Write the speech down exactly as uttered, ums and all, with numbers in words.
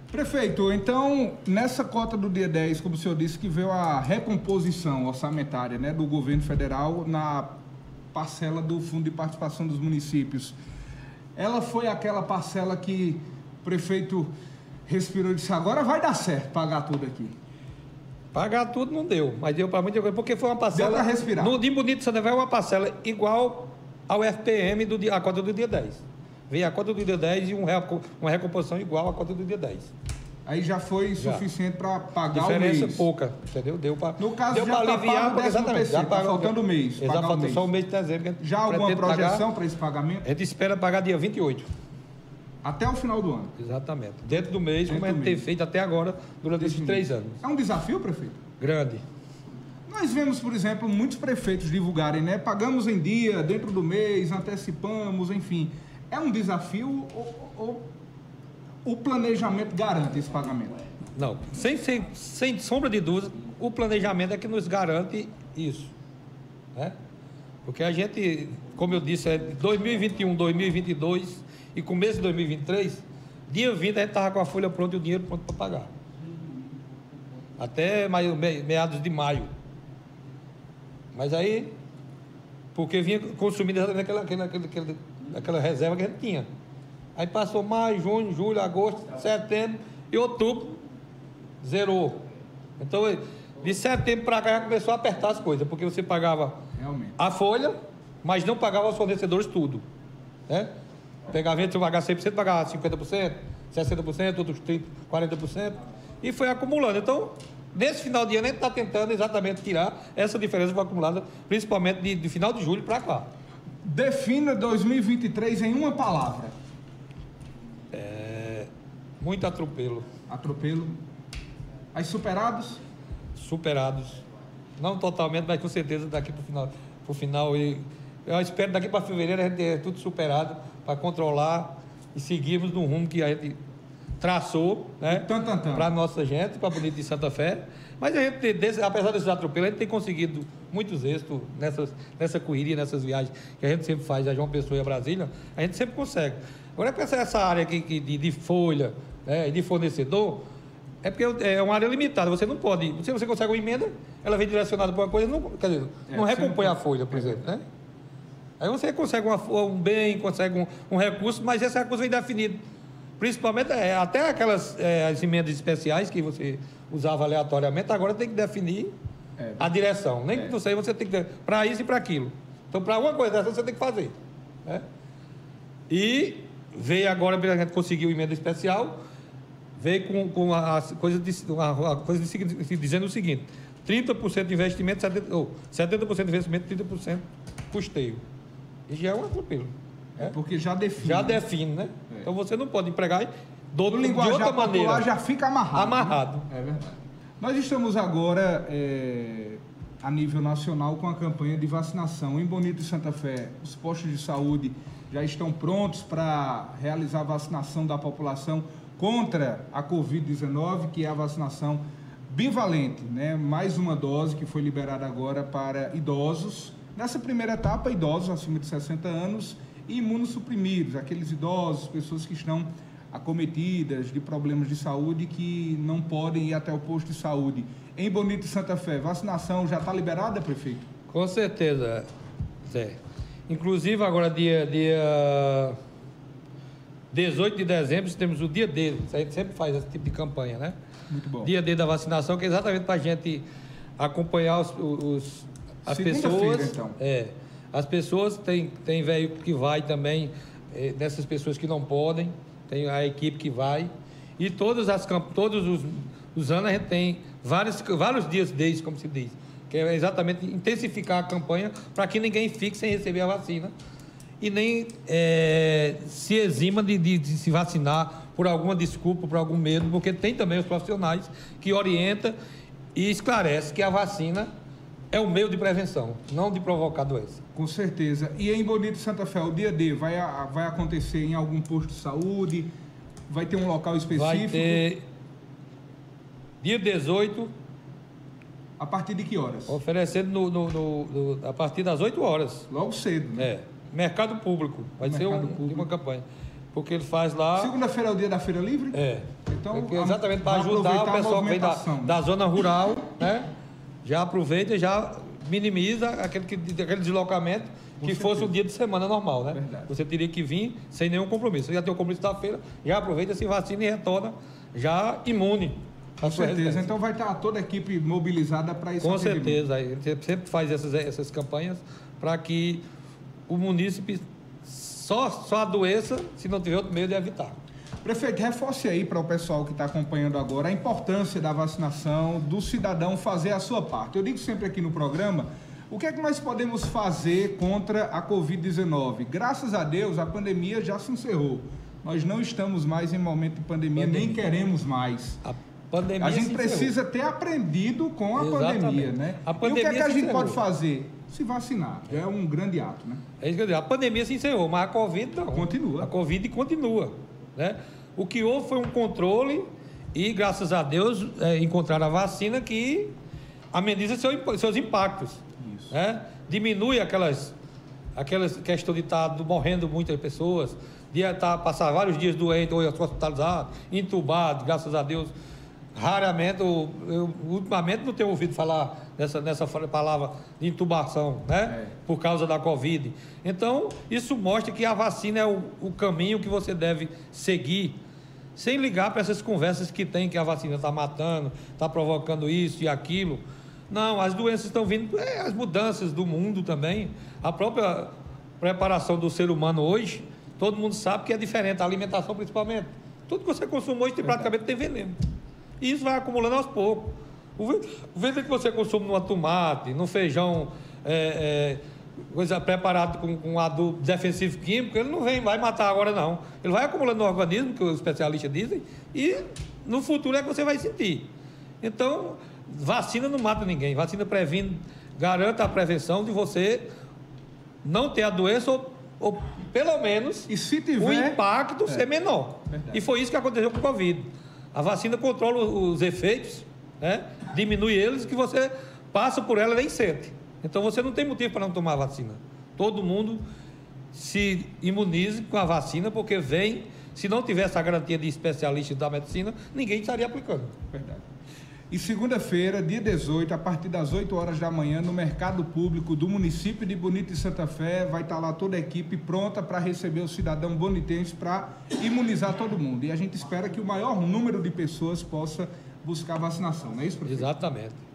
Prefeito, então, nessa cota do dia dez, como o senhor disse, que veio a recomposição orçamentária, né, do governo federal na parcela do Fundo de Participação dos Municípios. Ela foi aquela parcela que o prefeito respirou e disse, agora vai dar certo pagar tudo aqui. Pagar tudo não deu, mas deu para muita coisa, porque foi uma parcela... Deu para respirar. No de Bonito de Santa Fé é uma parcela igual ao F P M, do dia, a cota do dia dez. Veio a cota do dia dez e um, uma recomposição igual à cota do dia dez. Aí já foi já. Suficiente para pagar Diferença o mês. Diferença pouca, entendeu? Deu para... No caso, deu já está aliviar, pago o décimo terceiro, já está faltando o mês. Exato, falta só o mês de dezembro. Já alguma projeção para esse pagamento? A gente espera pagar dia vinte e oito. Até o final do ano? Exatamente. Dentro do mês, Dentro como a gente tem feito até agora, durante esses três anos. É um desafio, prefeito? Grande. Nós vemos, por exemplo, muitos prefeitos divulgarem, né? Pagamos em dia, dentro do mês, antecipamos, enfim. É um desafio ou, ou o planejamento garante esse pagamento? Não, sem, sem, sem sombra de dúvida, o planejamento é que nos garante isso, né? Porque a gente, como eu disse, é dois mil e vinte e um, dois mil e vinte e dois e começo de dois mil e vinte e três, dia vinte a gente estava com a folha pronta e o dinheiro pronto para pagar. Até maio, meados de maio. Mas aí, porque vinha consumindo aquela, aquela, aquela, aquela reserva que a gente tinha. Aí passou maio, junho, julho, agosto, setembro e outubro, zerou. Então, de setembro para cá já começou a apertar as coisas, porque você pagava Realmente. a folha, mas não pagava aos fornecedores tudo, né? Pegava, se pagava cem por cento, pagava cinquenta por cento, sessenta por cento, outros trinta por cento, quarenta por cento, e foi acumulando. Então, nesse final de ano, a gente está tentando exatamente tirar essa diferença que foi acumulada, principalmente de, de final de julho para cá. Defina dois mil e vinte e três em uma palavra. É, muito atropelo. Atropelo. As superados? Superados. Não totalmente, mas com certeza daqui para o final. Pro final e eu espero daqui para fevereiro a gente ter tudo superado para controlar e seguirmos no rumo que a gente traçou, né? Para a nossa gente, para Bonito de Santa Fé. Mas a gente, desse, apesar desses atropelos, a gente tem conseguido muitos êxitos nessas, nessa correria, nessas viagens que a gente sempre faz a João Pessoa e a Brasília, a gente sempre consegue. Agora, com essa área aqui de, de folha, né, e de fornecedor, é porque é uma área limitada, você não pode. Se você consegue uma emenda, ela vem direcionada para uma coisa, não, quer dizer, é, não recompõe não... a folha, por exemplo, né? Aí você consegue uma, um bem, consegue um, um recurso, mas esse recurso vem definido. Principalmente, é, até aquelas é, as emendas especiais que você usava aleatoriamente, agora tem que definir é, a direção. Nem é. que você, você tem que para isso e para aquilo. Então, para uma coisa dessa, você tem que fazer, né? E veio agora, a gente conseguiu emenda especial, veio com, com a, a coisa, de, a, a coisa de, dizendo o seguinte: trinta por cento de investimento, setenta por cento, ou setenta por cento de investimento, trinta por cento custeio. E já é um atropelo. É, é porque já define. Já define, né? É. Então você não pode empregar do outro, de outra maneira. Já fica amarrado. Amarrado. Né? É verdade. Nós estamos agora é, a nível nacional com a campanha de vacinação. Em Bonito e Santa Fé, os postos de saúde já estão prontos para realizar a vacinação da população contra a covid dezenove, que é a vacinação bivalente, né? Mais uma dose que foi liberada agora para idosos. Nessa primeira etapa, idosos acima de sessenta anos e imunossuprimidos, aqueles idosos, pessoas que estão acometidas de problemas de saúde que não podem ir até o posto de saúde. Em Bonito e Santa Fé, vacinação já está liberada, prefeito? Com certeza, Zé. Inclusive, agora, dia, dia dezoito de dezembro, temos o dia D. A gente sempre faz esse tipo de campanha, né? Muito bom. Dia D da vacinação, que é exatamente para a gente acompanhar os, os, as pessoas. Então. É, as pessoas, tem, tem velho que vai também, é, dessas pessoas que não podem, tem a equipe que vai. E todas as, todos os, os anos a gente tem vários, vários dias D, como se diz, que é exatamente intensificar a campanha para que ninguém fique sem receber a vacina e nem é, se exima de, de, de se vacinar por alguma desculpa, por algum medo, porque tem também os profissionais que orientam e esclarecem que a vacina é um meio de prevenção, não de provocar doença. Com certeza. E em Bonito e Santa Fé, o dia D vai, vai acontecer em algum posto de saúde? Vai ter um local específico? Vai ter dia dezoito. A partir de que horas? Oferecendo no, no, no, no, a partir das oito horas. Logo cedo, né? É. Mercado público. Vai ser um, uma campanha. porque ele faz lá... Segunda-feira é o dia da Feira Livre? É. Então, é exatamente para ajudar o pessoal que vem da, da zona rural, né? Já aproveita e já minimiza aquele, aquele deslocamento que certeza. Fosse um dia de semana normal, né? Verdade. Você teria que vir sem nenhum compromisso. Você já tem o compromisso da feira, já aproveita, se vacina e retorna já imune. Com certeza. Então vai estar toda a equipe mobilizada para isso. Com certeza. A gente sempre faz essas, essas campanhas para que o munícipe só, só adoeça se não tiver outro meio de evitar. Prefeito, reforce aí para o pessoal que está acompanhando agora a importância da vacinação, do cidadão fazer a sua parte. Eu digo sempre aqui no programa, o que é que nós podemos fazer contra a covid dezenove? Graças a Deus, a pandemia já se encerrou. Nós não estamos mais em momento de pandemia, pandemia. nem queremos mais. A, pandemia a gente precisa ter aprendido com a Exatamente. pandemia, né? A pandemia e o que é que a gente encerrou. pode fazer? Se vacinar. Já é um grande ato, né? É isso que eu digo. A pandemia se encerrou, mas a Covid não. Continua. A Covid continua, né? O que houve foi um controle e, graças a Deus, é, encontraram a vacina que ameniza seu, seus impactos. Isso. Né? Diminui aquelas, aquelas questões de estar morrendo muitas pessoas, de estar, passar vários dias doente ou hospitalizado, entubado, graças a Deus. Raramente, eu, eu ultimamente não tenho ouvido falar nessa, nessa palavra de intubação, né? É. Por causa da Covid. Então, isso mostra que a vacina é o, o caminho que você deve seguir, sem ligar para essas conversas que tem que a vacina está matando, está provocando isso e aquilo. Não, as doenças estão vindo, é, as mudanças do mundo também, a própria preparação do ser humano hoje, todo mundo sabe que é diferente, a alimentação principalmente. Tudo que você consome hoje tem, praticamente tem veneno. E isso vai acumulando aos poucos. O veneno que você consome numa tomate, no feijão, é, é, coisa preparada com, com adubo defensivo químico, ele não vem, vai matar agora não. Ele vai acumulando no organismo, que os especialistas dizem, e no futuro é que você vai sentir. Então, vacina não mata ninguém. Vacina previne, garanta a prevenção de você não ter a doença ou, ou pelo menos, e se tiver, o impacto é. ser menor. Verdade. E foi isso que aconteceu com o Covid. A vacina controla os efeitos, né? Diminui eles, que você passa por ela e nem sente. Então você não tem motivo para não tomar a vacina. Todo mundo se imunize com a vacina, porque vem, se não tivesse a garantia de especialistas da medicina, ninguém estaria aplicando. Verdade. E segunda-feira, dia dezoito, a partir das oito horas da manhã, no Mercado Público do município de Bonito e Santa Fé, vai estar lá toda a equipe pronta para receber o cidadão bonitense para imunizar todo mundo. E a gente espera que o maior número de pessoas possa buscar vacinação, não é isso, prefeito? Exatamente.